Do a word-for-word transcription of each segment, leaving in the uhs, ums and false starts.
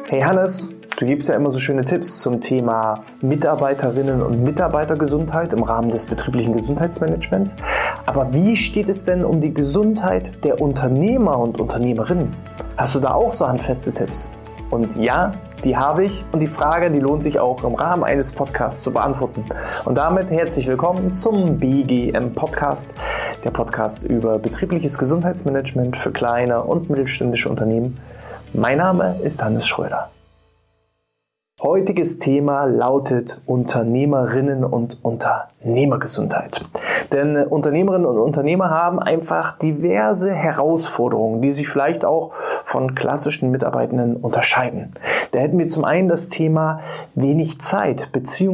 Hey Hannes, du gibst ja immer so schöne Tipps zum Thema Mitarbeiterinnen und Mitarbeitergesundheit im Rahmen des betrieblichen Gesundheitsmanagements. Aber wie steht es denn um die Gesundheit der Unternehmer und Unternehmerinnen? Hast du da auch so handfeste Tipps? Und ja, die habe ich und die Frage, die lohnt sich auch im Rahmen eines Podcasts zu beantworten. Und damit herzlich willkommen zum B G M Podcast, der Podcast über betriebliches Gesundheitsmanagement für kleine und mittelständische Unternehmen. Mein Name ist Hannes Schröder. Heutiges Thema lautet Unternehmerinnen und Unternehmergesundheit. Denn Unternehmerinnen und Unternehmer haben einfach diverse Herausforderungen, die sich vielleicht auch von klassischen Mitarbeitenden unterscheiden. Da hätten wir zum einen das Thema wenig Zeit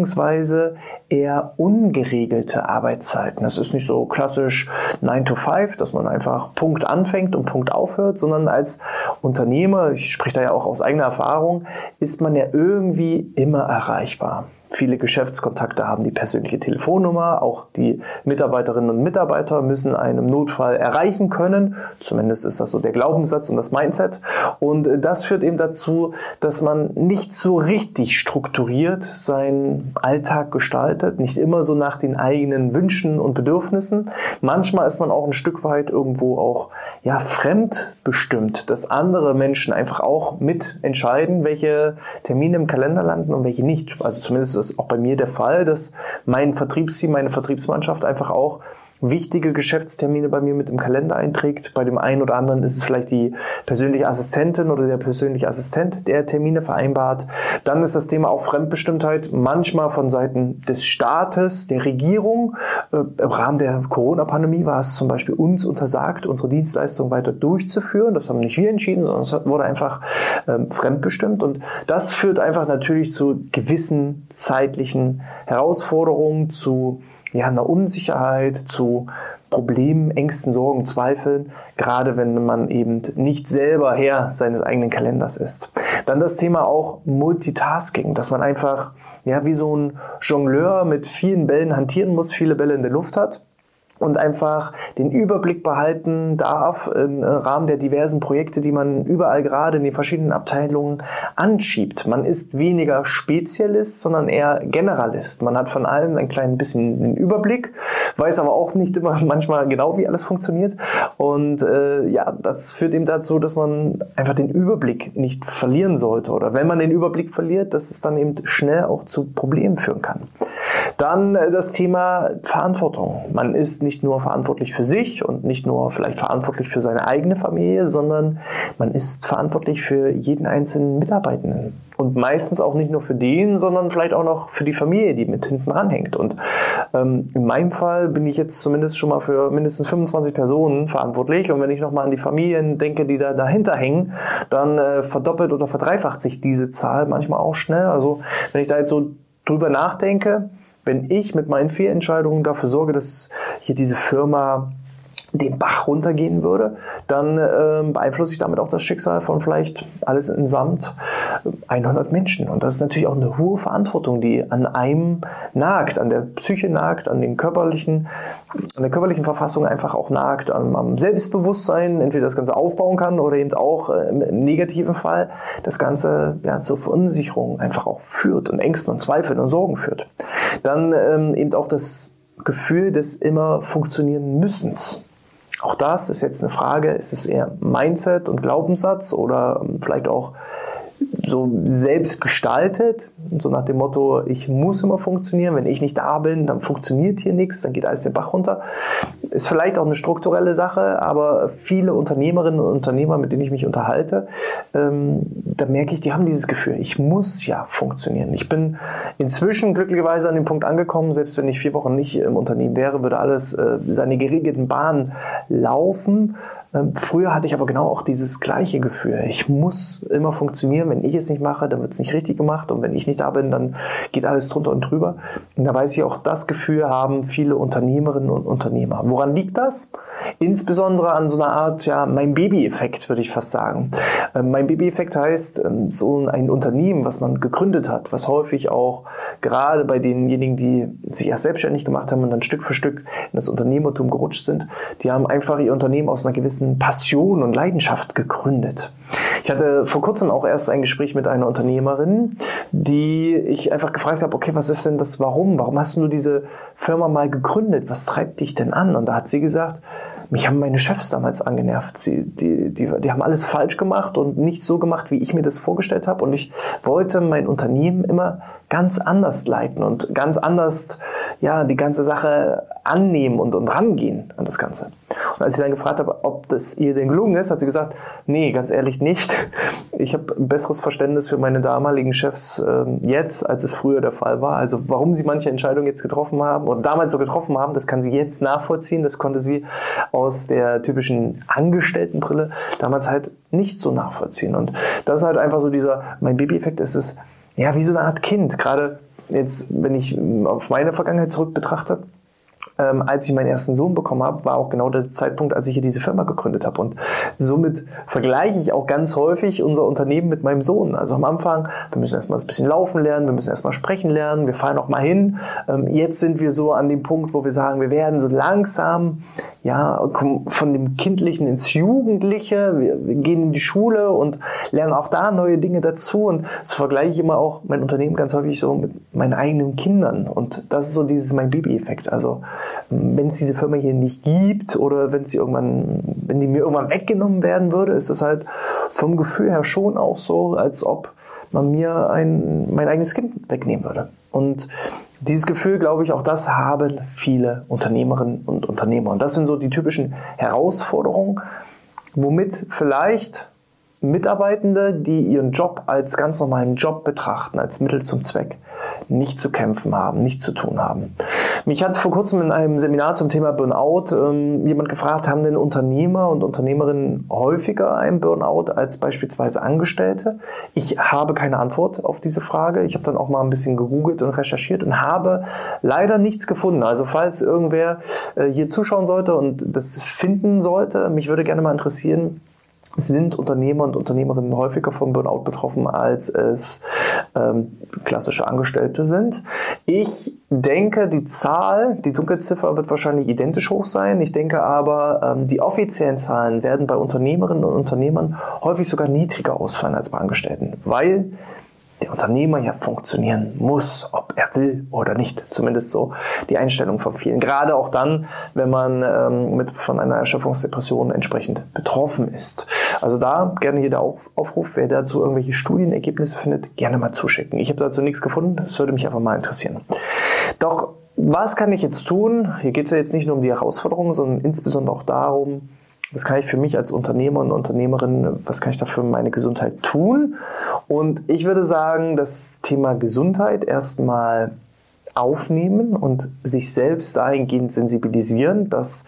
bzw. eher ungeregelte Arbeitszeiten. Das ist nicht so klassisch nine to five, dass man einfach Punkt anfängt und Punkt aufhört, sondern als Unternehmer, ich spreche da ja auch aus eigener Erfahrung, ist man ja irgendwie wie immer erreichbar. Viele Geschäftskontakte haben die persönliche Telefonnummer, auch die Mitarbeiterinnen und Mitarbeiter müssen einen im Notfall erreichen können. Zumindest ist das so der Glaubenssatz und das Mindset. Und das führt eben dazu, dass man nicht so richtig strukturiert seinen Alltag gestaltet, nicht immer so nach den eigenen Wünschen und Bedürfnissen. Manchmal ist man auch ein Stück weit irgendwo auch ja fremdbestimmt, dass andere Menschen einfach auch mitentscheiden, welche Termine im Kalender landen und welche nicht. Also zumindest ist auch bei mir der Fall, dass mein Vertriebsteam, meine Vertriebsmannschaft einfach auch wichtige Geschäftstermine bei mir mit im Kalender einträgt. Bei dem einen oder anderen ist es vielleicht die persönliche Assistentin oder der persönliche Assistent, der Termine vereinbart. Dann ist das Thema auch Fremdbestimmtheit, manchmal von Seiten des Staates, der Regierung. Äh, Im Rahmen der Corona-Pandemie war es zum Beispiel uns untersagt, unsere Dienstleistung weiter durchzuführen. Das haben nicht wir entschieden, sondern es wurde einfach ähm, fremdbestimmt. Und das führt einfach natürlich zu gewissen zeitlichen Herausforderungen, zu ja, einer Unsicherheit, zu Problemen, Ängsten, Sorgen, Zweifeln, gerade wenn man eben nicht selber Herr seines eigenen Kalenders ist. Dann das Thema auch Multitasking, dass man einfach ja wie so ein Jongleur mit vielen Bällen hantieren muss, viele Bälle in der Luft hat und einfach den Überblick behalten darf im Rahmen der diversen Projekte, die man überall gerade in den verschiedenen Abteilungen anschiebt. Man ist weniger Spezialist, sondern eher Generalist. Man hat von allem ein klein bisschen einen Überblick, weiß aber auch nicht immer manchmal genau, wie alles funktioniert. Und äh, ja, das führt eben dazu, dass man einfach den Überblick nicht verlieren sollte. Oder wenn man den Überblick verliert, dass es dann eben schnell auch zu Problemen führen kann. Dann äh, das Thema Verantwortung. Man ist nicht nur verantwortlich für sich und nicht nur vielleicht verantwortlich für seine eigene Familie, sondern man ist verantwortlich für jeden einzelnen Mitarbeitenden. Und meistens auch nicht nur für den, sondern vielleicht auch noch für die Familie, die mit hinten ranhängt. Und ähm, in meinem Fall bin ich jetzt zumindest schon mal für mindestens fünfundzwanzig Personen verantwortlich. Und wenn ich nochmal an die Familien denke, die da dahinter hängen, dann äh, verdoppelt oder verdreifacht sich diese Zahl manchmal auch schnell. Also wenn ich da jetzt so drüber nachdenke, wenn ich mit meinen Fehlentscheidungen dafür sorge, dass hier diese Firma den Bach runtergehen würde, dann äh, beeinflusse ich damit auch das Schicksal von vielleicht alles insamt hundert Menschen. Und das ist natürlich auch eine hohe Verantwortung, die an einem nagt, an der Psyche nagt, an den körperlichen, an der körperlichen Verfassung einfach auch nagt, am, am Selbstbewusstsein, entweder das Ganze aufbauen kann oder eben auch äh, im negativen Fall das Ganze ja, zur Verunsicherung einfach auch führt und Ängsten und Zweifeln und Sorgen führt. Dann ähm, eben auch das Gefühl des immer funktionieren Müssens. Auch das ist jetzt eine Frage, ist es eher Mindset und Glaubenssatz oder vielleicht auch so selbst gestaltet, so nach dem Motto, ich muss immer funktionieren, wenn ich nicht da bin, dann funktioniert hier nichts, dann geht alles den Bach runter. Ist vielleicht auch eine strukturelle Sache, aber viele Unternehmerinnen und Unternehmer, mit denen ich mich unterhalte, ähm, da merke ich, die haben dieses Gefühl, ich muss ja funktionieren. Ich bin inzwischen glücklicherweise an dem Punkt angekommen, selbst wenn ich vier Wochen nicht im Unternehmen wäre, würde alles äh, seine geregelten Bahnen laufen. Ähm, früher hatte ich aber genau auch dieses gleiche Gefühl. Ich muss immer funktionieren. Wenn ich es nicht mache, dann wird es nicht richtig gemacht. Und wenn ich nicht da bin, dann geht alles drunter und drüber. Und da weiß ich auch, das Gefühl haben viele Unternehmerinnen und Unternehmer. Woran liegt das? Insbesondere an so einer Art, ja, mein Baby-Effekt, würde ich fast sagen. Ähm, mein Baby-Effekt heißt, ähm, so ein Unternehmen, was man gegründet hat, was häufig auch gerade bei denjenigen, die sich erst selbstständig gemacht haben und dann Stück für Stück in das Unternehmertum gerutscht sind, die haben einfach ihr Unternehmen aus einer gewissen Passion und Leidenschaft gegründet. Ich hatte vor kurzem auch erst ein Gespräch mit einer Unternehmerin, die ich einfach gefragt habe, okay, was ist denn das, warum? Warum hast du diese Firma mal gegründet? Was treibt dich denn an? Und da hat sie gesagt, mich haben meine Chefs damals angenervt. Sie, die, die, die haben alles falsch gemacht und nicht so gemacht, wie ich mir das vorgestellt habe. Und ich wollte mein Unternehmen immer ganz anders leiten und ganz anders, ja, die ganze Sache annehmen und, und rangehen an das Ganze. Und als ich dann gefragt habe, ob das ihr denn gelungen ist, hat sie gesagt, nee, ganz ehrlich nicht. Ich habe ein besseres Verständnis für meine damaligen Chefs äh, jetzt, als es früher der Fall war. Also warum sie manche Entscheidungen jetzt getroffen haben oder damals so getroffen haben, das kann sie jetzt nachvollziehen. Das konnte sie aus der typischen Angestelltenbrille damals halt nicht so nachvollziehen. Und das ist halt einfach so dieser, mein Baby-Effekt ist es, ja, wie so eine Art Kind. Gerade jetzt, wenn ich auf meine Vergangenheit zurück betrachte, Ähm, als ich meinen ersten Sohn bekommen habe, war auch genau der Zeitpunkt, als ich hier diese Firma gegründet habe. Und somit vergleiche ich auch ganz häufig unser Unternehmen mit meinem Sohn. Also am Anfang, wir müssen erstmal ein bisschen laufen lernen, wir müssen erstmal sprechen lernen, wir fahren auch mal hin. Ähm, jetzt sind wir so an dem Punkt, wo wir sagen, wir werden so langsam, ja, von dem Kindlichen ins Jugendliche, wir, wir gehen in die Schule und lernen auch da neue Dinge dazu. Und so vergleiche ich immer auch mein Unternehmen ganz häufig so mit meinen eigenen Kindern. Und das ist so dieses mein Baby-Effekt. Also wenn es diese Firma hier nicht gibt oder wenn sie irgendwann, wenn die mir irgendwann weggenommen werden würde, ist es halt vom Gefühl her schon auch so, als ob man mir ein, mein eigenes Kind wegnehmen würde. Und dieses Gefühl, glaube ich, auch das haben viele Unternehmerinnen und Unternehmer. Und das sind so die typischen Herausforderungen, womit vielleicht Mitarbeitende, die ihren Job als ganz normalen Job betrachten, als Mittel zum Zweck, nicht zu kämpfen haben, nicht zu tun haben. Mich hat vor kurzem in einem Seminar zum Thema Burnout ähm, jemand gefragt, haben denn Unternehmer und Unternehmerinnen häufiger einen Burnout als beispielsweise Angestellte? Ich habe keine Antwort auf diese Frage. Ich habe dann auch mal ein bisschen gegoogelt und recherchiert und habe leider nichts gefunden. Also falls irgendwer äh, hier zuschauen sollte und das finden sollte, mich würde gerne mal interessieren, sind Unternehmer und Unternehmerinnen häufiger vom Burnout betroffen, als es ähm, klassische Angestellte sind. Ich denke, die Zahl, die Dunkelziffer wird wahrscheinlich identisch hoch sein. Ich denke aber, ähm, die offiziellen Zahlen werden bei Unternehmerinnen und Unternehmern häufig sogar niedriger ausfallen als bei Angestellten, weil der Unternehmer ja funktionieren muss, ob er will oder nicht. Zumindest so die Einstellung von vielen. Gerade auch dann, wenn man ähm, mit von einer Erschöpfungsdepression entsprechend betroffen ist. Also da gerne hier der Aufruf, wer dazu irgendwelche Studienergebnisse findet, gerne mal zuschicken. Ich habe dazu nichts gefunden, das würde mich einfach mal interessieren. Doch was kann ich jetzt tun? Hier geht es ja jetzt nicht nur um die Herausforderungen, sondern insbesondere auch darum, was kann ich für mich als Unternehmer und Unternehmerin, was kann ich da für meine Gesundheit tun? Und ich würde sagen, das Thema Gesundheit erstmal aufnehmen und sich selbst dahingehend sensibilisieren, dass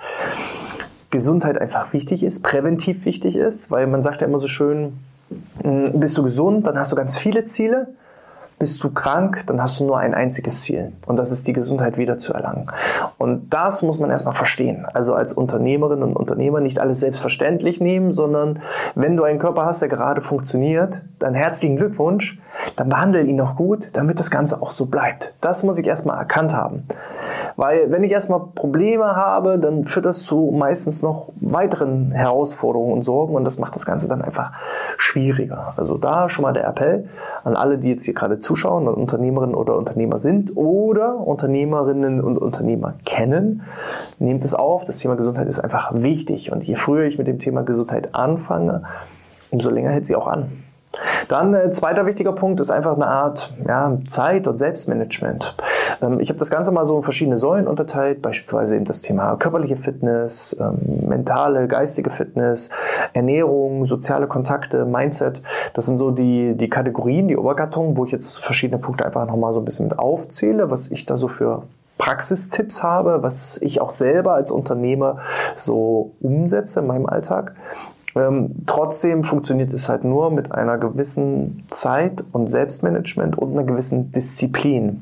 Gesundheit einfach wichtig ist, präventiv wichtig ist, weil man sagt ja immer so schön, bist du gesund, dann hast du ganz viele Ziele. Bist du krank, dann hast du nur ein einziges Ziel und das ist die Gesundheit wieder zu erlangen. Und das muss man erstmal verstehen. Also als Unternehmerin und Unternehmer nicht alles selbstverständlich nehmen, sondern wenn du einen Körper hast, der gerade funktioniert, dann herzlichen Glückwunsch, dann behandle ihn noch gut, damit das Ganze auch so bleibt. Das muss ich erstmal erkannt haben. Weil wenn ich erstmal Probleme habe, dann führt das zu meistens noch weiteren Herausforderungen und Sorgen und das macht das Ganze dann einfach schwieriger. Also da schon mal der Appell an alle, die jetzt hier gerade zuschauen und Unternehmerinnen oder Unternehmer sind oder Unternehmerinnen und Unternehmer kennen. Nehmt es auf, das Thema Gesundheit ist einfach wichtig und je früher ich mit dem Thema Gesundheit anfange, umso länger hält sie auch an. Dann äh, zweiter wichtiger Punkt ist einfach eine Art ja, Zeit- und Selbstmanagement. Ähm, ich habe das Ganze mal so in verschiedene Säulen unterteilt, beispielsweise in das Thema körperliche Fitness, ähm, mentale, geistige Fitness, Ernährung, soziale Kontakte, Mindset. Das sind so die, die Kategorien, die Obergattungen, wo ich jetzt verschiedene Punkte einfach nochmal so ein bisschen mit aufzähle, was ich da so für Praxistipps habe, was ich auch selber als Unternehmer so umsetze in meinem Alltag. Ähm, trotzdem funktioniert es halt nur mit einer gewissen Zeit- und Selbstmanagement und einer gewissen Disziplin.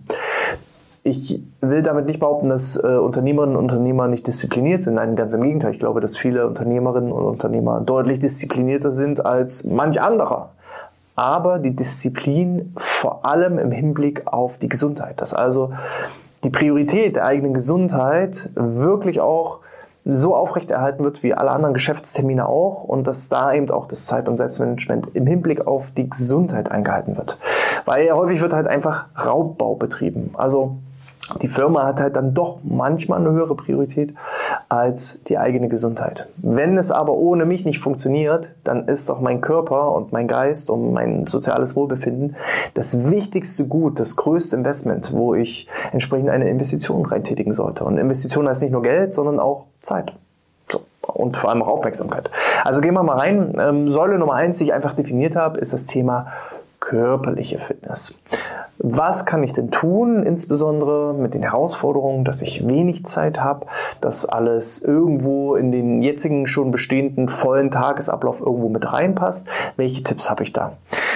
Ich will damit nicht behaupten, dass äh, Unternehmerinnen und Unternehmer nicht diszipliniert sind. Nein, ganz im Gegenteil. Ich glaube, dass viele Unternehmerinnen und Unternehmer deutlich disziplinierter sind als manch anderer. Aber die Disziplin vor allem im Hinblick auf die Gesundheit. Dass also die Priorität der eigenen Gesundheit wirklich auch so aufrechterhalten wird wie alle anderen Geschäftstermine auch und dass da eben auch das Zeit- und Selbstmanagement im Hinblick auf die Gesundheit eingehalten wird. Weil häufig wird halt einfach Raubbau betrieben. Also die Firma hat halt dann doch manchmal eine höhere Priorität als die eigene Gesundheit. Wenn es aber ohne mich nicht funktioniert, dann ist doch mein Körper und mein Geist und mein soziales Wohlbefinden das wichtigste Gut, das größte Investment, wo ich entsprechend eine Investition reintätigen sollte. Und Investition heißt nicht nur Geld, sondern auch Zeit. So. Und vor allem auch Aufmerksamkeit. Also gehen wir mal rein. Ähm, Säule Nummer eins, die ich einfach definiert habe, ist das Thema körperliche Fitness. Was kann ich denn tun, insbesondere mit den Herausforderungen, dass ich wenig Zeit habe, dass alles irgendwo in den jetzigen schon bestehenden vollen Tagesablauf irgendwo mit reinpasst? Welche Tipps habe ich da?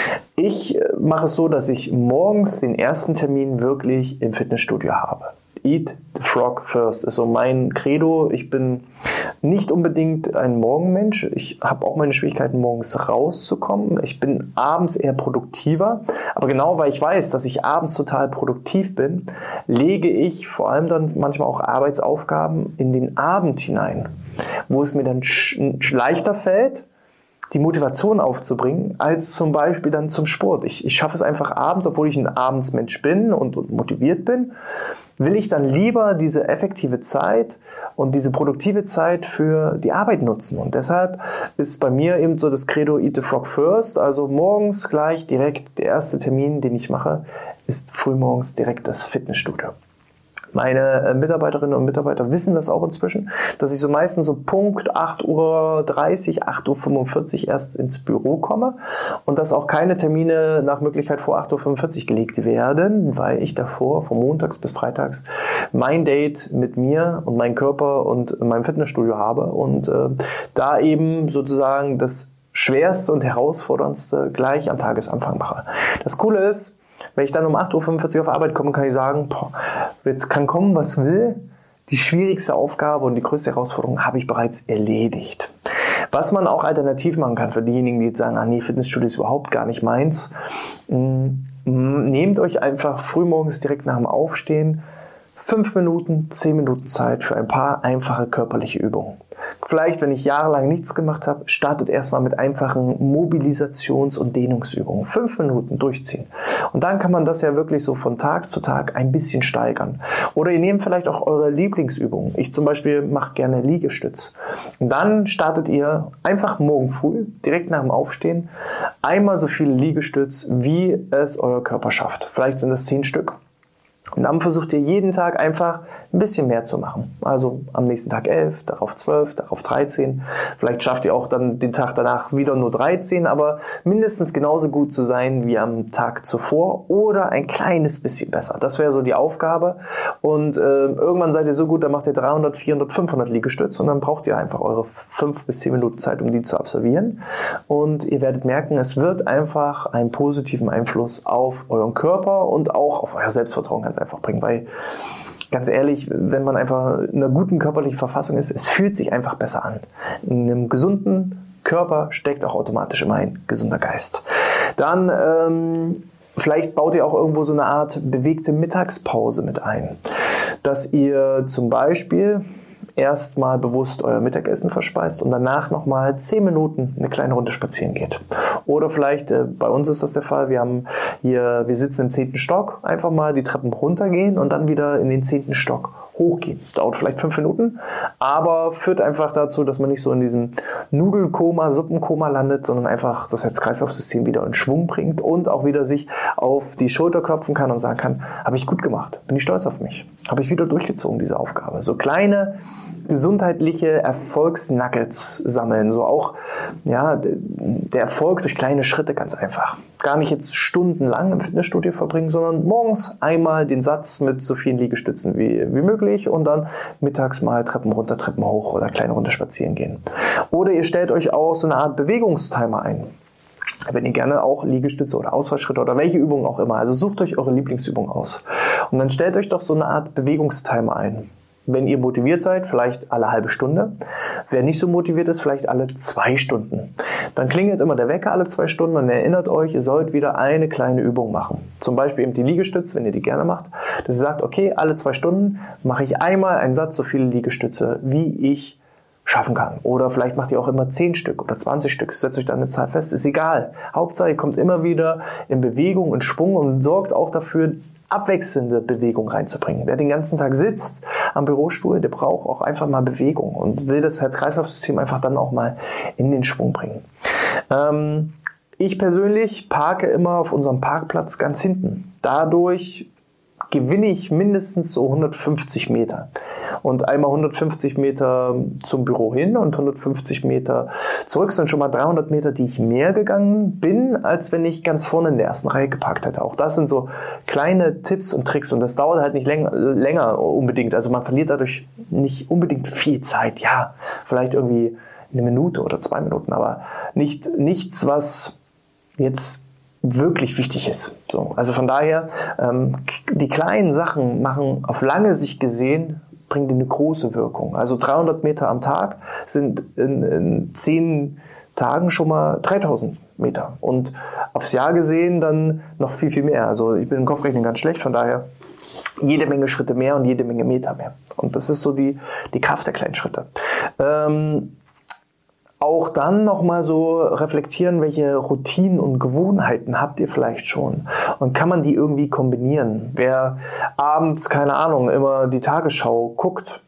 Ich mache es so, dass ich morgens den ersten Termin wirklich im Fitnessstudio habe. Eat the frog first ist so mein Credo. Ich bin nicht unbedingt ein Morgenmensch. Ich habe auch meine Schwierigkeiten, morgens rauszukommen. Ich bin abends eher produktiver. Aber genau weil ich weiß, dass ich abends total produktiv bin, lege ich vor allem dann manchmal auch Arbeitsaufgaben in den Abend hinein, wo es mir dann sch- leichter fällt, die Motivation aufzubringen, als zum Beispiel dann zum Sport. Ich, ich schaffe es einfach abends, obwohl ich ein Abendsmensch bin und, und motiviert bin, will ich dann lieber diese effektive Zeit und diese produktive Zeit für die Arbeit nutzen. Und deshalb ist bei mir eben so das Credo Eat the Frog First, also morgens gleich direkt der erste Termin, den ich mache, ist frühmorgens direkt das Fitnessstudio. Meine Mitarbeiterinnen und Mitarbeiter wissen das auch inzwischen, dass ich so meistens so Punkt acht Uhr dreißig, acht Uhr fünfundvierzig erst ins Büro komme und dass auch keine Termine nach Möglichkeit vor acht Uhr fünfundvierzig gelegt werden, weil ich davor von montags bis freitags mein Date mit mir und meinem Körper und meinem Fitnessstudio habe und äh, da eben sozusagen das Schwerste und Herausforderndste gleich am Tagesanfang mache. Das Coole ist, wenn ich dann um acht Uhr fünfundvierzig auf Arbeit komme, kann ich sagen, boah, jetzt kann kommen, was will. Die schwierigste Aufgabe und die größte Herausforderung habe ich bereits erledigt. Was man auch alternativ machen kann für diejenigen, die jetzt sagen, ah nee, Fitnessstudio ist überhaupt gar nicht meins. Nehmt euch einfach frühmorgens direkt nach dem Aufstehen fünf Minuten, zehn Minuten Zeit für ein paar einfache körperliche Übungen. Vielleicht, wenn ich jahrelang nichts gemacht habe, startet erstmal mit einfachen Mobilisations- und Dehnungsübungen. Fünf Minuten durchziehen. Und dann kann man das ja wirklich so von Tag zu Tag ein bisschen steigern. Oder ihr nehmt vielleicht auch eure Lieblingsübungen. Ich zum Beispiel mache gerne Liegestütz. Und dann startet ihr einfach morgen früh, direkt nach dem Aufstehen, einmal so viele Liegestütz, wie es euer Körper schafft. Vielleicht sind das zehn Stück. Und dann versucht ihr jeden Tag einfach ein bisschen mehr zu machen. Also am nächsten Tag elf, darauf zwölf, darauf dreizehn. Vielleicht schafft ihr auch dann den Tag danach wieder nur dreizehn, aber mindestens genauso gut zu sein wie am Tag zuvor oder ein kleines bisschen besser. Das wäre so die Aufgabe. Und äh, irgendwann seid ihr so gut, dann macht ihr dreihundert, vierhundert, fünfhundert Liegestütze und dann braucht ihr einfach eure fünf bis zehn Minuten Zeit, um die zu absolvieren. Und ihr werdet merken, es wird einfach einen positiven Einfluss auf euren Körper und auch auf euer Selbstvertrauen ganz einfach bringen, weil ganz ehrlich, wenn man einfach in einer guten körperlichen Verfassung ist, es fühlt sich einfach besser an. In einem gesunden Körper steckt auch automatisch immer ein gesunder Geist. Dann ähm, vielleicht baut ihr auch irgendwo so eine Art bewegte Mittagspause mit ein, dass ihr zum Beispiel erstmal bewusst euer Mittagessen verspeist und danach nochmal zehn Minuten eine kleine Runde spazieren geht. Oder vielleicht, äh, bei uns ist das der Fall, wir haben hier, wir sitzen im zehnten Stock, einfach mal die Treppen runtergehen und dann wieder in den zehnten Stock hochgehen. Dauert vielleicht fünf Minuten, aber führt einfach dazu, dass man nicht so in diesem Nudelkoma, Suppenkoma landet, sondern einfach das Herz-Kreislauf-System wieder in Schwung bringt und auch wieder sich auf die Schulter klopfen kann und sagen kann, habe ich gut gemacht, bin ich stolz auf mich, habe ich wieder durchgezogen, diese Aufgabe. So kleine gesundheitliche Erfolgsnuggets sammeln, so auch ja, der Erfolg durch kleine Schritte ganz einfach. Gar nicht jetzt stundenlang im Fitnessstudio verbringen, sondern morgens einmal den Satz mit so vielen Liegestützen wie, wie möglich und dann mittags mal Treppen runter, Treppen hoch oder kleine Runde spazieren gehen. Oder ihr stellt euch auch so eine Art Bewegungstimer ein. Wenn ihr gerne auch Liegestütze oder Ausfallschritte oder welche Übungen auch immer, also sucht euch eure Lieblingsübung aus. Und dann stellt euch doch so eine Art Bewegungstimer ein. Wenn ihr motiviert seid, vielleicht alle halbe Stunde. Wer nicht so motiviert ist, vielleicht alle zwei Stunden. Dann klingelt immer der Wecker alle zwei Stunden und erinnert euch, ihr sollt wieder eine kleine Übung machen. Zum Beispiel eben die Liegestütze, wenn ihr die gerne macht. Dass ihr sagt, okay, alle zwei Stunden mache ich einmal einen Satz so viele Liegestütze, wie ich schaffen kann. Oder vielleicht macht ihr auch immer zehn Stück oder zwanzig Stück. Setzt euch da eine Zahl fest, ist egal. Hauptsache, ihr kommt immer wieder in Bewegung, in Schwung und sorgt auch dafür, abwechselnde Bewegung reinzubringen. Wer den ganzen Tag sitzt am Bürostuhl, der braucht auch einfach mal Bewegung und will das Herz-Kreislauf-System einfach dann auch mal in den Schwung bringen. Ähm, ich persönlich parke immer auf unserem Parkplatz ganz hinten. Dadurch gewinne ich mindestens so hundertfünfzig Meter. Und einmal hundertfünfzig Meter zum Büro hin und hundertfünfzig Meter zurück sind schon mal dreihundert Meter, die ich mehr gegangen bin, als wenn ich ganz vorne in der ersten Reihe geparkt hätte. Auch das sind so kleine Tipps und Tricks und das dauert halt nicht länger, länger unbedingt. Also man verliert dadurch nicht unbedingt viel Zeit. Ja, vielleicht irgendwie eine Minute oder zwei Minuten, aber nicht, nichts, was jetzt wirklich wichtig ist. So, also von daher, ähm, die kleinen Sachen machen auf lange Sicht gesehen, bringen die eine große Wirkung. Also dreihundert Meter am Tag sind in, in zehn Tagen schon mal dreitausend Meter. Und aufs Jahr gesehen dann noch viel, viel mehr. Also ich bin im Kopfrechnen ganz schlecht, von daher jede Menge Schritte mehr und jede Menge Meter mehr. Und das ist so die, die Kraft der kleinen Schritte. Ähm, Auch dann nochmal so reflektieren, welche Routinen und Gewohnheiten habt ihr vielleicht schon und kann man die irgendwie kombinieren? Wer abends, keine Ahnung, immer die Tagesschau guckt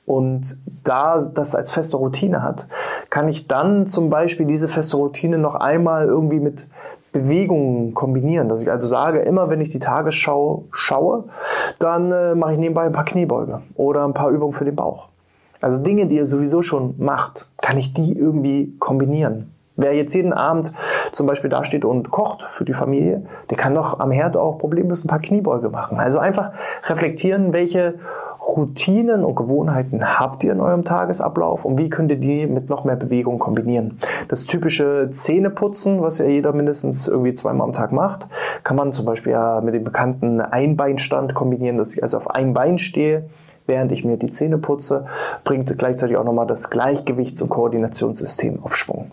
und da das als feste Routine hat, kann ich dann zum Beispiel diese feste Routine noch einmal irgendwie mit Bewegungen kombinieren, dass ich also sage, immer wenn ich die Tagesschau schaue, dann äh, mache ich nebenbei ein paar Kniebeuge oder ein paar Übungen für den Bauch. Also Dinge, die ihr sowieso schon macht, kann ich die irgendwie kombinieren. Wer jetzt jeden Abend zum Beispiel da steht und kocht für die Familie, der kann doch am Herd auch problemlos ein paar Kniebeuge machen. Also einfach reflektieren, welche Routinen und Gewohnheiten habt ihr in eurem Tagesablauf und wie könnt ihr die mit noch mehr Bewegung kombinieren. Das typische Zähneputzen, was ja jeder mindestens irgendwie zweimal am Tag macht, kann man zum Beispiel ja mit dem bekannten Einbeinstand kombinieren, dass ich also auf einem Bein stehe, während ich mir die Zähne putze, bringt gleichzeitig auch nochmal das Gleichgewichts- und Koordinationssystem auf Schwung.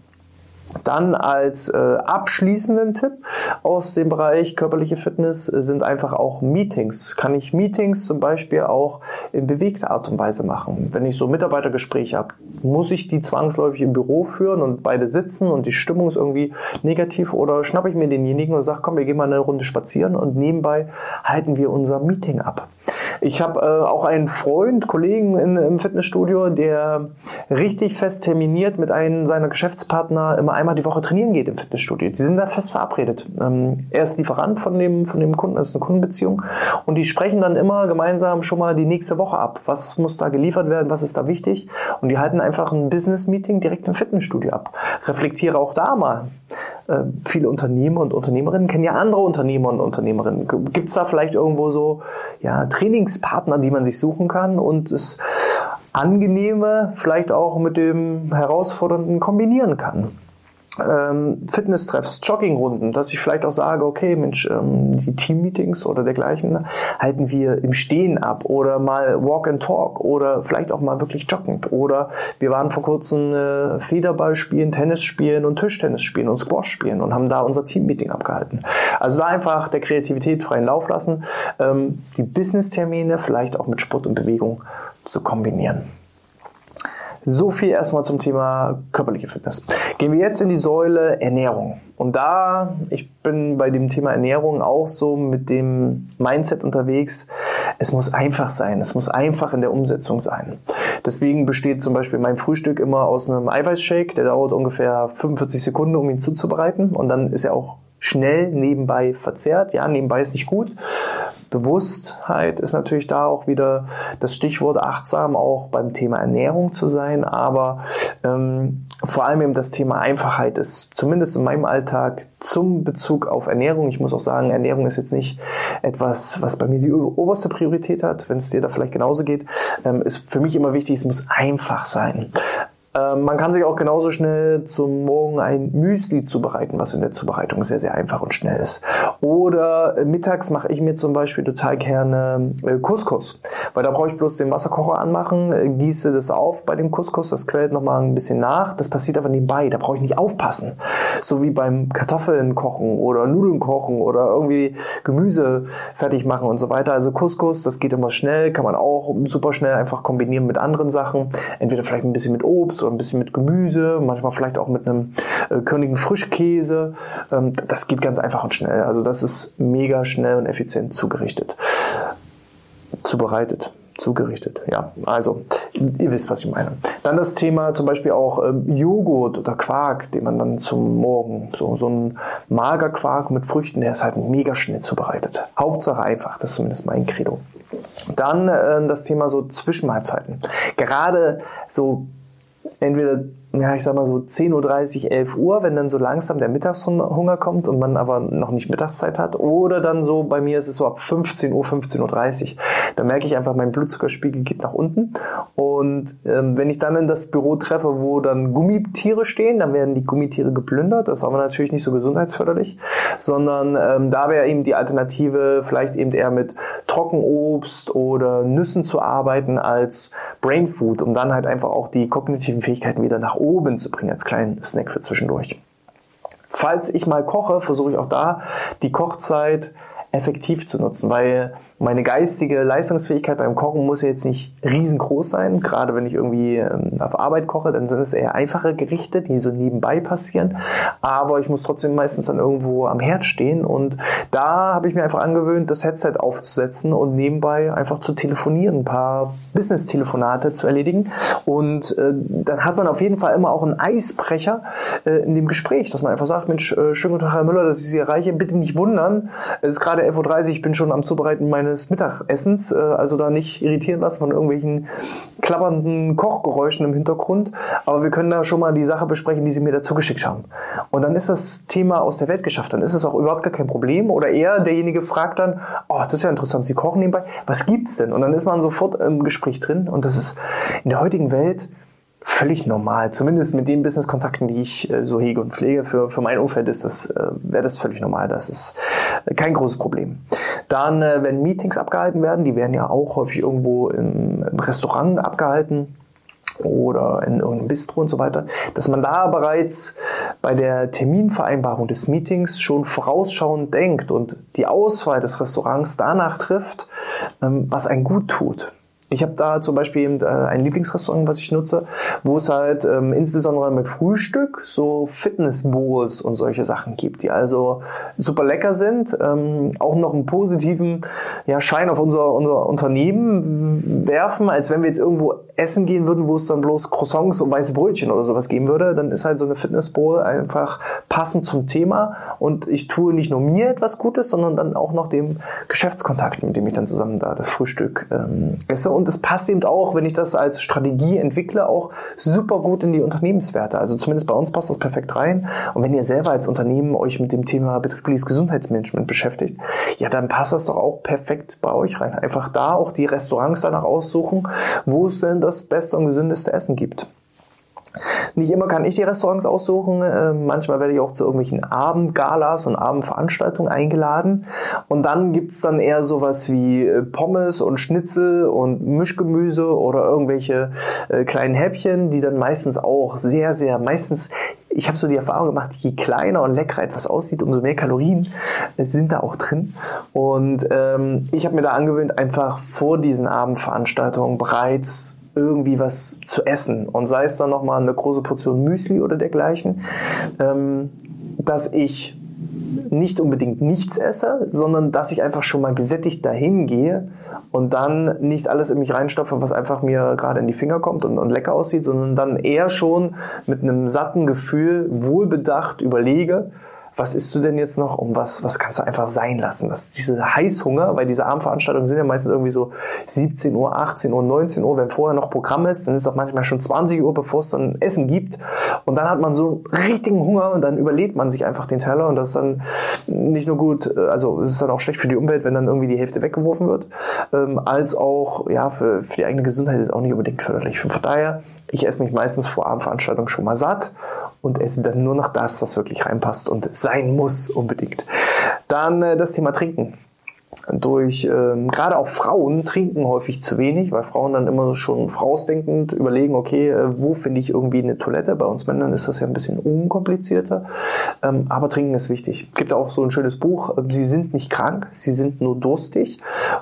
Dann als äh, abschließenden Tipp aus dem Bereich körperliche Fitness sind einfach auch Meetings. Kann ich Meetings zum Beispiel auch in bewegter Art und Weise machen? Wenn ich so Mitarbeitergespräche habe, muss ich die zwangsläufig im Büro führen und beide sitzen und die Stimmung ist irgendwie negativ oder schnappe ich mir denjenigen und sage, komm, wir gehen mal eine Runde spazieren und nebenbei halten wir unser Meeting ab. Ich habe äh, auch einen Freund, Kollegen in, im Fitnessstudio, der richtig fest terminiert mit einem seiner Geschäftspartner immer einmal die Woche trainieren geht im Fitnessstudio. Die sind da fest verabredet. Ähm, er ist Lieferant von dem, von dem Kunden, das ist eine Kundenbeziehung. Und die sprechen dann immer gemeinsam schon mal die nächste Woche ab. Was muss da geliefert werden, was ist da wichtig? Und die halten einfach ein Business-Meeting direkt im Fitnessstudio ab. Reflektiere auch da mal. Äh, viele Unternehmer und Unternehmerinnen kennen ja andere Unternehmer und Unternehmerinnen. Gibt es da vielleicht irgendwo so ja, Trainingspartner, die man sich suchen kann und das Angenehme vielleicht auch mit dem Herausfordernden kombinieren kann? Ähm, Fitnesstreffs, Joggingrunden, dass ich vielleicht auch sage, okay, Mensch, ähm, die Teammeetings oder dergleichen halten wir im Stehen ab oder mal Walk and Talk oder vielleicht auch mal wirklich joggend oder wir waren vor kurzem äh, Federball spielen, Tennis spielen und Tischtennis spielen und Squash spielen und haben da unser Teammeeting abgehalten. Also da einfach der Kreativität freien Lauf lassen, ähm, die Business-Termine vielleicht auch mit Sport und Bewegung zu kombinieren. So viel erstmal zum Thema körperliche Fitness. Gehen wir jetzt in die Säule Ernährung. Und da, ich bin bei dem Thema Ernährung auch so mit dem Mindset unterwegs, es muss einfach sein, es muss einfach in der Umsetzung sein. Deswegen besteht zum Beispiel mein Frühstück immer aus einem Eiweißshake, der dauert ungefähr fünfundvierzig Sekunden, um ihn zuzubereiten und dann ist er auch schnell nebenbei verzehrt. Ja, nebenbei ist nicht gut. Bewusstheit ist natürlich da auch wieder das Stichwort, achtsam auch beim Thema Ernährung zu sein, aber ähm, vor allem eben das Thema Einfachheit ist zumindest in meinem Alltag zum Bezug auf Ernährung. Ich muss auch sagen, Ernährung ist jetzt nicht etwas, was bei mir die oberste Priorität hat, wenn es dir da vielleicht genauso geht, ähm, ist für mich immer wichtig, es muss einfach sein. Ähm, man kann sich auch genauso schnell zum Morgen ein Müsli zubereiten, was in der Zubereitung sehr, sehr einfach und schnell ist. Oder äh, mittags mache ich mir zum Beispiel total gerne äh, Couscous, weil da brauche ich bloß den Wasserkocher anmachen, äh, gieße das auf bei dem Couscous, das quält nochmal ein bisschen nach, das passiert aber nebenbei, da brauche ich nicht aufpassen. So wie beim Kartoffeln kochen oder Nudeln kochen oder irgendwie Gemüse fertig machen und so weiter. Also Couscous, das geht immer schnell, kann man auch super schnell einfach kombinieren mit anderen Sachen. Entweder vielleicht ein bisschen mit Obst oder ein bisschen mit Gemüse, manchmal vielleicht auch mit einem äh, körnigen Frischkäse. Ähm, das geht ganz einfach und schnell. Also das ist mega schnell und effizient zugerichtet. Zubereitet. Zugerichtet, ja. Also, ihr wisst, was ich meine. Dann das Thema zum Beispiel auch ähm, Joghurt oder Quark, den man dann zum Morgen, so, so ein Magerquark mit Früchten, der ist halt mega schnell zubereitet. Hauptsache einfach, das ist zumindest mein Credo. Dann äh, das Thema so Zwischenmahlzeiten. Gerade so entweder, ja, ich sag mal so zehn Uhr dreißig, elf Uhr, wenn dann so langsam der Mittagshunger kommt und man aber noch nicht Mittagszeit hat. Oder dann so, bei mir ist es so ab fünfzehn Uhr, fünfzehn Uhr dreißig. Da merke ich einfach, mein Blutzuckerspiegel geht nach unten. Und ähm, wenn ich dann in das Büro treffe, wo dann Gummitiere stehen, dann werden die Gummitiere geplündert. Das ist aber natürlich nicht so gesundheitsförderlich, sondern ähm, da wäre eben die Alternative, vielleicht eben eher mit Trockenobst oder Nüssen zu arbeiten als Brain Food, um dann halt einfach auch die kognitiven Fähigkeiten wieder nach oben zu bringen, als kleinen Snack für zwischendurch. Falls ich mal koche, versuche ich auch da die Kochzeit effektiv zu nutzen, weil meine geistige Leistungsfähigkeit beim Kochen muss ja jetzt nicht riesengroß sein. Gerade wenn ich irgendwie ähm, auf Arbeit koche, dann sind es eher einfache Gerichte, die so nebenbei passieren. Aber ich muss trotzdem meistens dann irgendwo am Herd stehen und da habe ich mir einfach angewöhnt, das Headset aufzusetzen und nebenbei einfach zu telefonieren, ein paar Business-Telefonate zu erledigen. Und äh, dann hat man auf jeden Fall immer auch einen Eisbrecher äh, in dem Gespräch, dass man einfach sagt, Mensch, äh, schönen guten Tag, Herr Müller, dass ich Sie erreiche, bitte nicht wundern. Es ist gerade elf Uhr dreißig, ich bin schon am Zubereiten meines Mittagessens, also da nicht irritieren lassen von irgendwelchen klappernden Kochgeräuschen im Hintergrund, aber wir können da schon mal die Sache besprechen, die Sie mir dazu geschickt haben. Und dann ist das Thema aus der Welt geschafft, dann ist es auch überhaupt gar kein Problem oder eher derjenige fragt dann, oh, das ist ja interessant, Sie kochen nebenbei, was gibt's denn? Und dann ist man sofort im Gespräch drin und das ist in der heutigen Welt völlig normal, zumindest mit den Business-Kontakten, die ich äh, so hege und pflege. Für, für mein Umfeld ist das, äh, wäre das völlig normal. Das ist äh, kein großes Problem. Dann, äh, wenn Meetings abgehalten werden, die werden ja auch häufig irgendwo im, im Restaurant abgehalten oder in irgendeinem Bistro und so weiter, dass man da bereits bei der Terminvereinbarung des Meetings schon vorausschauend denkt und die Auswahl des Restaurants danach trifft, ähm, was einen gut tut. Ich habe da zum Beispiel eben, äh, ein Lieblingsrestaurant, was ich nutze, wo es halt ähm, insbesondere mit Frühstück so Fitness-Bowls und solche Sachen gibt, die also super lecker sind, ähm, auch noch einen positiven ja, Schein auf unser, unser Unternehmen werfen, als wenn wir jetzt irgendwo essen gehen würden, wo es dann bloß Croissants und weiße Brötchen oder sowas geben würde. Dann ist halt so eine Fitness-Bowl einfach passend zum Thema und ich tue nicht nur mir etwas Gutes, sondern dann auch noch dem Geschäftskontakt, mit dem ich dann zusammen da das Frühstück ähm, esse. Und es passt eben auch, wenn ich das als Strategie entwickle, auch super gut in die Unternehmenswerte. Also zumindest bei uns passt das perfekt rein. Und wenn ihr selber als Unternehmen euch mit dem Thema betriebliches Gesundheitsmanagement beschäftigt, ja, dann passt das doch auch perfekt bei euch rein. Einfach da auch die Restaurants danach aussuchen, wo es denn das beste und gesündeste Essen gibt. Nicht immer kann ich die Restaurants aussuchen. Manchmal werde ich auch zu irgendwelchen Abendgalas und Abendveranstaltungen eingeladen. Und dann gibt's dann eher sowas wie Pommes und Schnitzel und Mischgemüse oder irgendwelche kleinen Häppchen, die dann meistens auch sehr, sehr, meistens, ich habe so die Erfahrung gemacht, je kleiner und leckerer etwas aussieht, umso mehr Kalorien sind da auch drin. Und ähm, ich habe mir da angewöhnt, einfach vor diesen Abendveranstaltungen bereits irgendwie was zu essen und sei es dann nochmal eine große Portion Müsli oder dergleichen, ähm, dass ich nicht unbedingt nichts esse, sondern dass ich einfach schon mal gesättigt dahin gehe und dann nicht alles in mich reinstopfe, was einfach mir gerade in die Finger kommt und, und lecker aussieht, sondern dann eher schon mit einem satten Gefühl wohlbedacht überlege, was isst du denn jetzt noch und was, was kannst du einfach sein lassen. Das ist diese Heißhunger, weil diese Abendveranstaltungen sind ja meistens irgendwie so siebzehn Uhr, achtzehn Uhr, neunzehn Uhr, wenn vorher noch Programm ist, dann ist es auch manchmal schon zwanzig Uhr, bevor es dann Essen gibt und dann hat man so einen richtigen Hunger und dann überlädt man sich einfach den Teller und das ist dann nicht nur gut, also es ist dann auch schlecht für die Umwelt, wenn dann irgendwie die Hälfte weggeworfen wird, ähm, als auch ja für, für die eigene Gesundheit ist auch nicht unbedingt förderlich. Von daher, ich esse mich meistens vor Abendveranstaltungen schon mal satt und esse dann nur noch das, was wirklich reinpasst und sein muss unbedingt. Dann äh, das Thema Trinken. Durch, ähm, gerade auch Frauen trinken häufig zu wenig, weil Frauen dann immer schon vorausdenkend überlegen, okay, äh, wo finde ich irgendwie eine Toilette? Bei uns Männern ist das ja ein bisschen unkomplizierter, ähm, aber Trinken ist wichtig. Es gibt auch so ein schönes Buch, Sie sind nicht krank, Sie sind nur durstig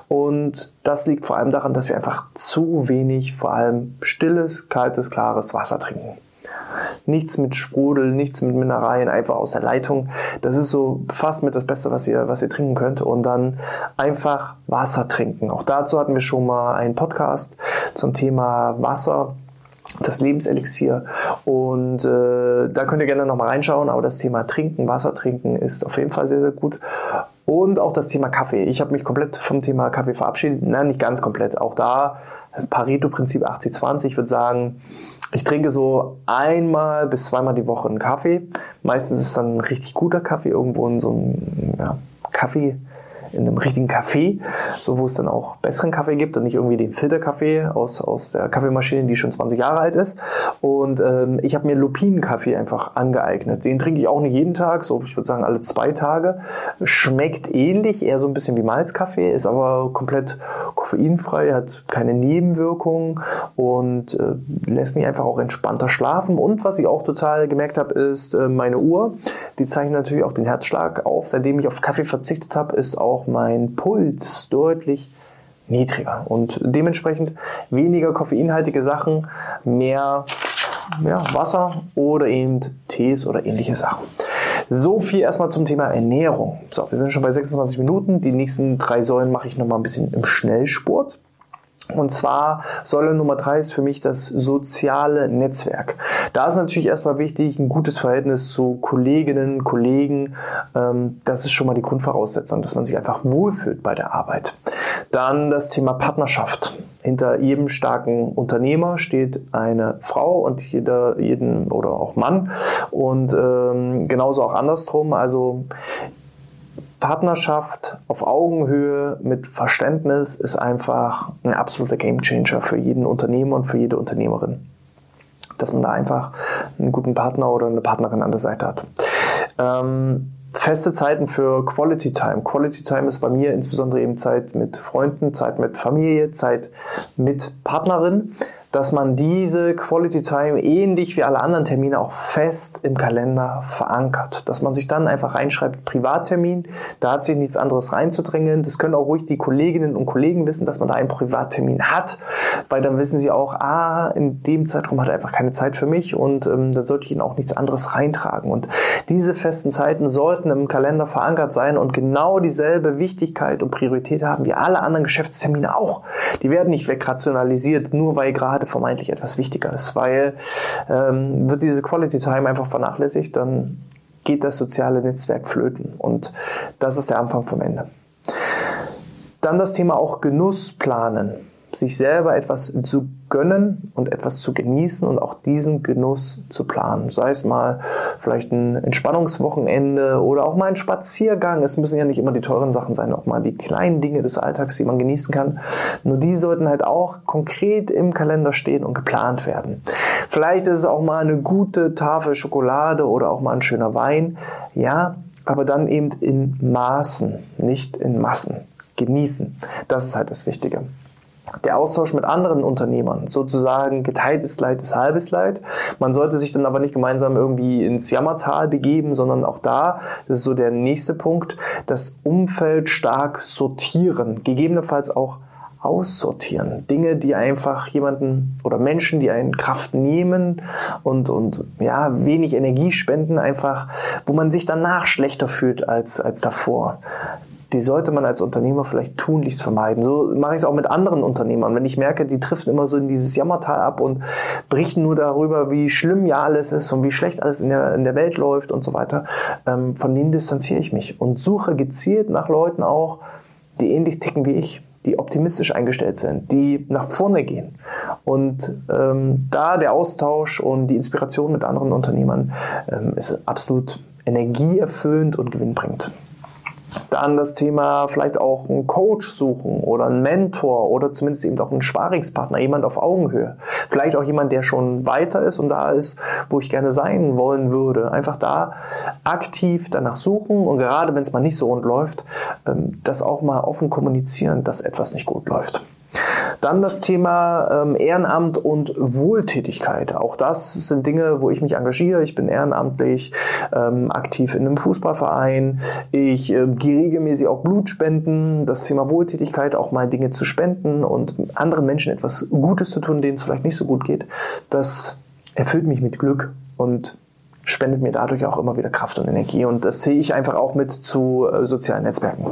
und das liegt vor allem daran, dass wir einfach zu wenig, vor allem stilles, kaltes, klares Wasser trinken. Nichts mit Sprudel, nichts mit Mineralien, einfach aus der Leitung. Das ist so fast mit das Beste, was ihr, was ihr trinken könnt. Und dann einfach Wasser trinken. Auch dazu hatten wir schon mal einen Podcast zum Thema Wasser, das Lebenselixier. Und äh, da könnt ihr gerne nochmal reinschauen. Aber das Thema Trinken, Wasser trinken ist auf jeden Fall sehr, sehr gut. Und auch das Thema Kaffee. Ich habe mich komplett vom Thema Kaffee verabschiedet. Nein, nicht ganz komplett. Auch da Pareto-Prinzip achtzig zwanzig. Ich würde sagen, ich trinke so einmal bis zweimal die Woche einen Kaffee. Meistens ist es dann ein richtig guter Kaffee, irgendwo in so einem ja, Kaffee, in einem richtigen Café, so wo es dann auch besseren Kaffee gibt und nicht irgendwie den Filterkaffee aus, aus der Kaffeemaschine, die schon zwanzig Jahre alt ist. Und ähm, ich habe mir Lupinenkaffee einfach angeeignet. Den trinke ich auch nicht jeden Tag, so ich würde sagen alle zwei Tage. Schmeckt ähnlich, eher so ein bisschen wie Malzkaffee, ist aber komplett koffeinfrei, hat keine Nebenwirkungen und äh, lässt mich einfach auch entspannter schlafen. Und was ich auch total gemerkt habe, ist äh, meine Uhr. Die zeichnet natürlich auch den Herzschlag auf. Seitdem ich auf Kaffee verzichtet habe, ist auch mein Puls deutlich niedriger und dementsprechend weniger koffeinhaltige Sachen, mehr ja, Wasser oder eben Tees oder ähnliche Sachen. So viel erstmal zum Thema Ernährung. So, wir sind schon bei sechsundzwanzig Minuten. Die nächsten drei Säulen mache ich nochmal ein bisschen im Schnellspurt. Und zwar Säule Nummer drei ist für mich das soziale Netzwerk. Da ist natürlich erstmal wichtig, ein gutes Verhältnis zu Kolleginnen, Kollegen. Das ist schon mal die Grundvoraussetzung, dass man sich einfach wohlfühlt bei der Arbeit. Dann das Thema Partnerschaft. Hinter jedem starken Unternehmer steht eine Frau und jeder, jeden oder auch Mann. Und ähm, genauso auch andersrum. Also Partnerschaft auf Augenhöhe mit Verständnis ist einfach ein absoluter Gamechanger für jeden Unternehmer und für jede Unternehmerin. Dass man da einfach einen guten Partner oder eine Partnerin an der Seite hat. Ähm, feste Zeiten für Quality Time. Quality Time ist bei mir insbesondere eben Zeit mit Freunden, Zeit mit Familie, Zeit mit Partnerin. Dass man diese Quality Time ähnlich wie alle anderen Termine auch fest im Kalender verankert. Dass man sich dann einfach reinschreibt, Privattermin, da hat sich nichts anderes reinzudrängen. Das können auch ruhig die Kolleginnen und Kollegen wissen, dass man da einen Privattermin hat, weil dann wissen sie auch, ah, in dem Zeitraum hat er einfach keine Zeit für mich und ähm, da sollte ich ihnen auch nichts anderes reintragen. Und diese festen Zeiten sollten im Kalender verankert sein und genau dieselbe Wichtigkeit und Priorität haben wie alle anderen Geschäftstermine auch. Die werden nicht wegrationalisiert, nur weil gerade vermeintlich etwas wichtiger ist, weil ähm, wird diese Quality Time einfach vernachlässigt, dann geht das soziale Netzwerk flöten und das ist der Anfang vom Ende. Dann das Thema auch Genuss planen. Sich selber etwas zu gönnen und etwas zu genießen und auch diesen Genuss zu planen. Sei es mal vielleicht ein Entspannungswochenende oder auch mal ein Spaziergang. Es müssen ja nicht immer die teuren Sachen sein, auch mal die kleinen Dinge des Alltags, die man genießen kann. Nur die sollten halt auch konkret im Kalender stehen und geplant werden. Vielleicht ist es auch mal eine gute Tafel Schokolade oder auch mal ein schöner Wein. Ja, aber dann eben in Maßen, nicht in Massen. Genießen. Das ist halt das Wichtige. Der Austausch mit anderen Unternehmern, sozusagen geteiltes Leid ist halbes Leid. Man sollte sich dann aber nicht gemeinsam irgendwie ins Jammertal begeben, sondern auch da, das ist so der nächste Punkt, das Umfeld stark sortieren, gegebenenfalls auch aussortieren. Dinge, die einfach jemanden oder Menschen, die einen Kraft nehmen und, und ja, wenig Energie spenden, einfach, wo man sich danach schlechter fühlt als, als davor. die sollte man als Unternehmer vielleicht tunlichst vermeiden. So mache ich es auch mit anderen Unternehmern. Wenn ich merke, die driften immer so in dieses Jammertal ab und berichten nur darüber, wie schlimm ja alles ist und wie schlecht alles in der, in der Welt läuft und so weiter, ähm, von denen distanziere ich mich und suche gezielt nach Leuten auch, die ähnlich ticken wie ich, die optimistisch eingestellt sind, die nach vorne gehen. Und ähm, da der Austausch und die Inspiration mit anderen Unternehmern ähm, ist absolut energieerfüllend und gewinnbringend. Dann das Thema vielleicht auch einen Coach suchen oder einen Mentor oder zumindest eben auch einen Sparingspartner, jemand auf Augenhöhe. Vielleicht auch jemand, der schon weiter ist und da ist, wo ich gerne sein wollen würde. Einfach da aktiv danach suchen und gerade wenn es mal nicht so rund läuft, das auch mal offen kommunizieren, dass etwas nicht gut läuft. Dann das Thema ähm, Ehrenamt und Wohltätigkeit. Auch das sind Dinge, wo ich mich engagiere. Ich bin ehrenamtlich ähm, aktiv in einem Fußballverein. Ich äh, gehe regelmäßig auch Blut spenden. Das Thema Wohltätigkeit, auch mal Dinge zu spenden und anderen Menschen etwas Gutes zu tun, denen es vielleicht nicht so gut geht, das erfüllt mich mit Glück und spendet mir dadurch auch immer wieder Kraft und Energie. Und das sehe ich einfach auch mit zu äh, sozialen Netzwerken.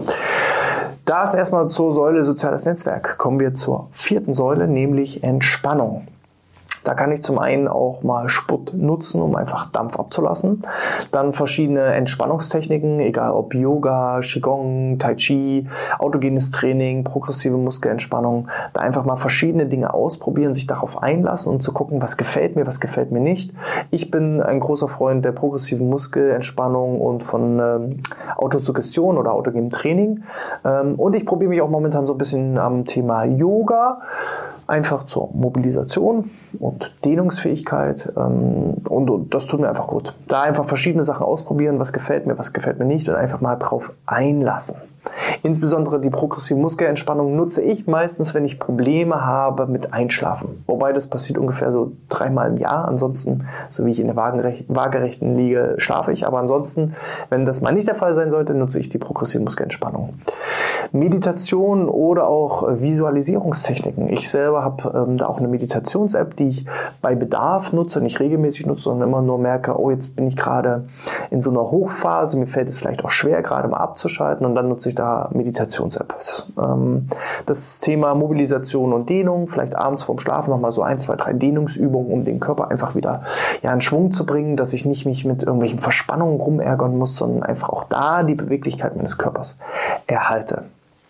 Das erstmal zur Säule soziales Netzwerk. Kommen wir zur vierten Säule, nämlich Entspannung. Da kann ich zum einen auch mal Sport nutzen, um einfach Dampf abzulassen. Dann verschiedene Entspannungstechniken, egal ob Yoga, Qigong, Tai Chi, autogenes Training, progressive Muskelentspannung. Da einfach mal verschiedene Dinge ausprobieren, sich darauf einlassen und zu gucken, was gefällt mir, was gefällt mir nicht. Ich bin ein großer Freund der progressiven Muskelentspannung und von ähm, Autosuggestion oder autogenem Training. Ähm, und ich probiere mich auch momentan so ein bisschen am Thema Yoga. Einfach zur Mobilisation und Dehnungsfähigkeit ähm, und, und das tut mir einfach gut. Da einfach verschiedene Sachen ausprobieren, was gefällt mir, was gefällt mir nicht und einfach mal drauf einlassen. Insbesondere die progressive Muskelentspannung nutze ich meistens, wenn ich Probleme habe mit Einschlafen. Wobei das passiert ungefähr so dreimal im Jahr. Ansonsten, so wie ich in der Waagerechten liege, schlafe ich. Aber ansonsten, wenn das mal nicht der Fall sein sollte, nutze ich die progressive Muskelentspannung. Meditation oder auch Visualisierungstechniken. Ich selber habe ähm, da auch eine Meditations-App, die ich bei Bedarf nutze, nicht regelmäßig nutze, sondern immer nur merke, oh, jetzt bin ich gerade in so einer Hochphase, mir fällt es vielleicht auch schwer, gerade mal abzuschalten und dann nutze ich da Meditations-Apps. Ähm, das Thema Mobilisation und Dehnung, vielleicht abends vorm Schlafen nochmal so ein, zwei, drei Dehnungsübungen, um den Körper einfach wieder ja, in Schwung zu bringen, dass ich nicht mich mit irgendwelchen Verspannungen rumärgern muss, sondern einfach auch da die Beweglichkeit meines Körpers erhalte.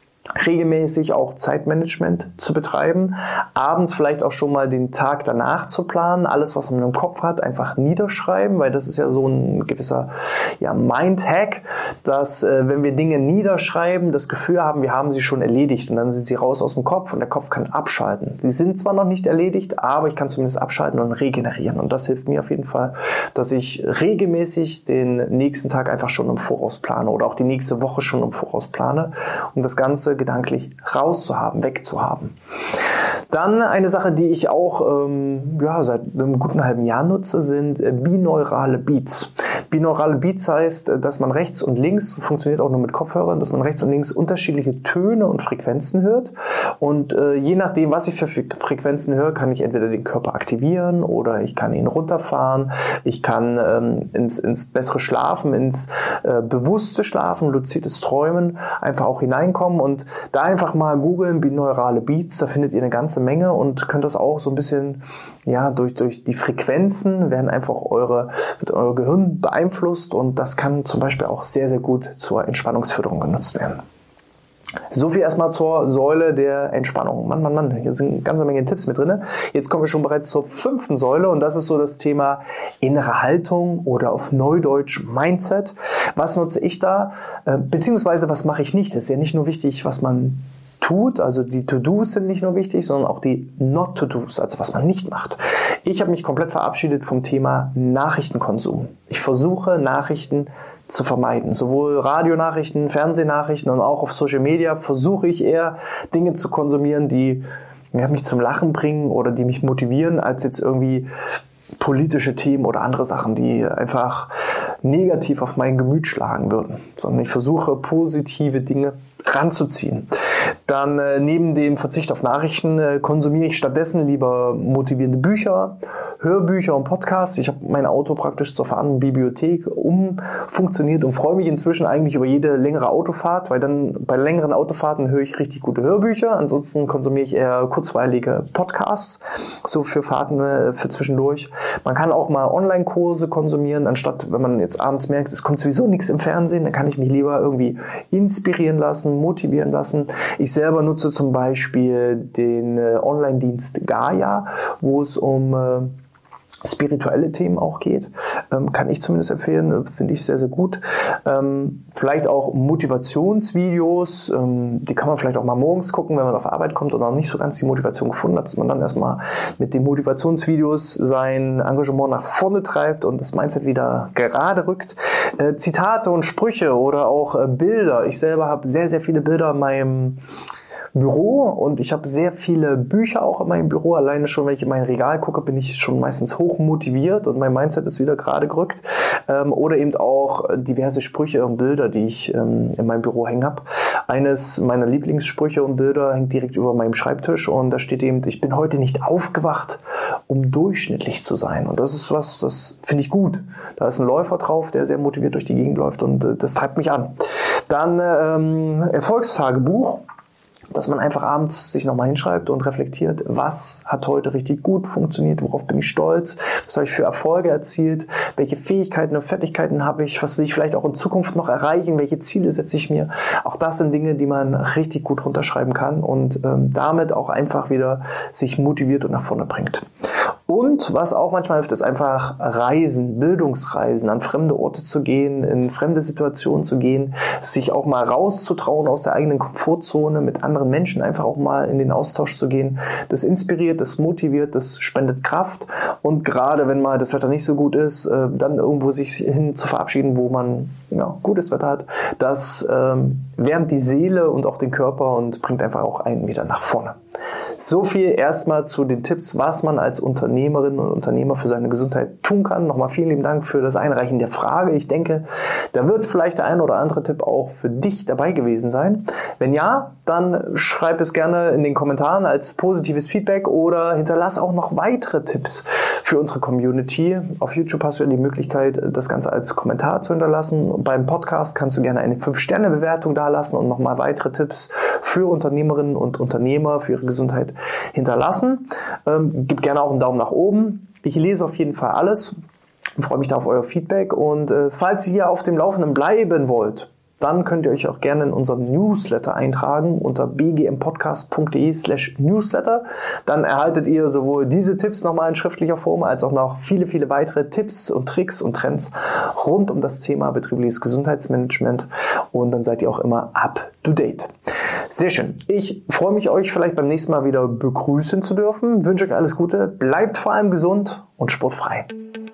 Regelmäßig auch Zeitmanagement zu betreiben, abends vielleicht auch schon mal den Tag danach zu planen, alles, was man im Kopf hat, einfach niederschreiben, weil das ist ja so ein gewisser ja, Mind-Hack, dass äh, wenn wir Dinge niederschreiben, das Gefühl haben, wir haben sie schon erledigt und dann sind sie raus aus dem Kopf und der Kopf kann abschalten. Sie sind zwar noch nicht erledigt, aber ich kann zumindest abschalten und regenerieren und das hilft mir auf jeden Fall, dass ich regelmäßig den nächsten Tag einfach schon im Voraus plane oder auch die nächste Woche schon im Voraus plane, um das Ganze gedanklich rauszuhaben, wegzuhaben. Dann eine Sache, die ich auch ähm, ja, seit einem guten halben Jahr nutze, sind äh, binaurale Beats. Binaurale Beats heißt, dass man rechts und links, funktioniert auch nur mit Kopfhörern, dass man rechts und links unterschiedliche Töne und Frequenzen hört. Und äh, je nachdem, was ich für Frequenzen höre, kann ich entweder den Körper aktivieren oder ich kann ihn runterfahren. Ich kann ähm, ins, ins bessere Schlafen, ins äh, bewusste Schlafen, luzides Träumen einfach auch hineinkommen. Und da einfach mal googeln, binaurale Beats, da findet ihr eine ganze Menge und könnt das auch so ein bisschen, ja, durch, durch die Frequenzen werden einfach eure, wird euer Gehirn beeinflusst und das kann zum Beispiel auch sehr, sehr gut zur Entspannungsförderung genutzt werden. So viel erstmal zur Säule der Entspannung. Mann, Mann, Mann, hier sind eine ganze Menge Tipps mit drin. Jetzt kommen wir schon bereits zur fünften Säule und das ist so das Thema innere Haltung oder auf Neudeutsch Mindset. Was nutze ich da? Beziehungsweise was mache ich nicht? Es ist ja nicht nur wichtig, was man tut, also die To-Dos sind nicht nur wichtig, sondern auch die Not-To-Dos, also was man nicht macht. Ich habe mich komplett verabschiedet vom Thema Nachrichtenkonsum. Ich versuche Nachrichten zu vermeiden. Sowohl Radionachrichten, Fernsehnachrichten und auch auf Social Media versuche ich eher Dinge zu konsumieren, die ja, mich zum Lachen bringen oder die mich motivieren, als jetzt irgendwie politische Themen oder andere Sachen, die einfach negativ auf mein Gemüt schlagen würden. Sondern ich versuche positive Dinge ranzuziehen. Dann äh, neben dem Verzicht auf Nachrichten äh, konsumiere ich stattdessen lieber motivierende Bücher, Hörbücher und Podcasts. Ich habe mein Auto praktisch zur fahrenden Bibliothek umfunktioniert und freue mich inzwischen eigentlich über jede längere Autofahrt, weil dann bei längeren Autofahrten höre ich richtig gute Hörbücher. Ansonsten konsumiere ich eher kurzweilige Podcasts, so für Fahrten, äh, für zwischendurch. Man kann auch mal Online-Kurse konsumieren, anstatt, wenn man jetzt abends merkt, es kommt sowieso nichts im Fernsehen, dann kann ich mich lieber irgendwie inspirieren lassen, motivieren lassen. Ich selber nutze zum Beispiel den äh, Online-Dienst Gaia, wo es um äh, spirituelle Themen auch geht. Ähm, kann ich zumindest empfehlen, finde ich sehr, sehr gut. Ähm, vielleicht auch Motivationsvideos, ähm, die kann man vielleicht auch mal morgens gucken, wenn man auf Arbeit kommt und auch nicht so ganz die Motivation gefunden hat, dass man dann erstmal mit den Motivationsvideos sein Engagement nach vorne treibt und das Mindset wieder gerade rückt. Äh, Zitate und Sprüche oder auch äh, Bilder. Ich selber habe sehr, sehr viele Bilder in meinem Büro und ich habe sehr viele Bücher auch in meinem Büro. Alleine schon, wenn ich in mein Regal gucke, bin ich schon meistens hoch motiviert und mein Mindset ist wieder gerade gerückt. Ähm, oder eben auch diverse Sprüche und Bilder, die ich ähm, in meinem Büro hängen habe. Eines meiner Lieblingssprüche und Bilder hängt direkt über meinem Schreibtisch und da steht eben: Ich bin heute nicht aufgewacht, um durchschnittlich zu sein. Und das ist was, das finde ich gut. Da ist ein Läufer drauf, der sehr motiviert durch die Gegend läuft und äh, das treibt mich an. Dann ähm, Erfolgstagebuch. Dass man einfach abends sich nochmal hinschreibt und reflektiert, was hat heute richtig gut funktioniert, worauf bin ich stolz, was habe ich für Erfolge erzielt, welche Fähigkeiten und Fertigkeiten habe ich, was will ich vielleicht auch in Zukunft noch erreichen, welche Ziele setze ich mir. Auch das sind Dinge, die man richtig gut runterschreiben kann und ähm, damit auch einfach wieder sich motiviert und nach vorne bringt. Und was auch manchmal hilft, ist einfach Reisen, Bildungsreisen, an fremde Orte zu gehen, in fremde Situationen zu gehen, sich auch mal rauszutrauen aus der eigenen Komfortzone, mit anderen Menschen einfach auch mal in den Austausch zu gehen. Das inspiriert, das motiviert, das spendet Kraft. Und gerade wenn mal das Wetter nicht so gut ist, dann irgendwo sich hin zu verabschieden, wo man ja, gutes Wetter hat, das ähm, wärmt die Seele und auch den Körper und bringt einfach auch einen wieder nach vorne. So viel erstmal zu den Tipps, was man als Unternehmerin und Unternehmer für seine Gesundheit tun kann. Nochmal vielen lieben Dank für das Einreichen der Frage. Ich denke, da wird vielleicht der ein oder andere Tipp auch für dich dabei gewesen sein. Wenn ja, dann schreib es gerne in den Kommentaren als positives Feedback oder hinterlass auch noch weitere Tipps für unsere Community. Auf YouTube hast du ja die Möglichkeit, das Ganze als Kommentar zu hinterlassen. Beim Podcast kannst du gerne eine fünf Sterne Bewertung dalassen und nochmal weitere Tipps für Unternehmerinnen und Unternehmer für ihre Gesundheit hinterlassen. Ähm, gib gerne auch einen Daumen nach oben. Ich lese auf jeden Fall alles und freue mich da auf euer Feedback. Und äh, falls ihr auf dem Laufenden bleiben wollt, dann könnt ihr euch auch gerne in unseren Newsletter eintragen unter bgmpodcast.de slash newsletter. Dann erhaltet ihr sowohl diese Tipps nochmal in schriftlicher Form, als auch noch viele, viele weitere Tipps und Tricks und Trends rund um das Thema betriebliches Gesundheitsmanagement. Und dann seid ihr auch immer up to date. Sehr schön. Ich freue mich, euch vielleicht beim nächsten Mal wieder begrüßen zu dürfen. Wünsche euch alles Gute. Bleibt vor allem gesund und sportfrei.